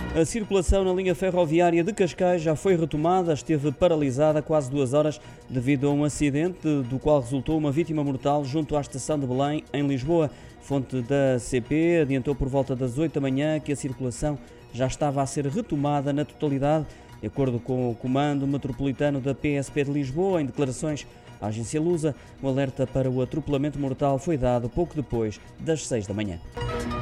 A circulação na linha ferroviária de Cascais já foi retomada, esteve paralisada quase 2 horas devido a um acidente do qual resultou uma vítima mortal junto à estação de Belém, em Lisboa. Fonte da CP adiantou por volta das 8 da manhã que a circulação já estava a ser retomada na totalidade, de acordo com o Comando Metropolitano da PSP de Lisboa. Em declarações à agência Lusa, o alerta para o atropelamento mortal foi dado pouco depois das 6 da manhã.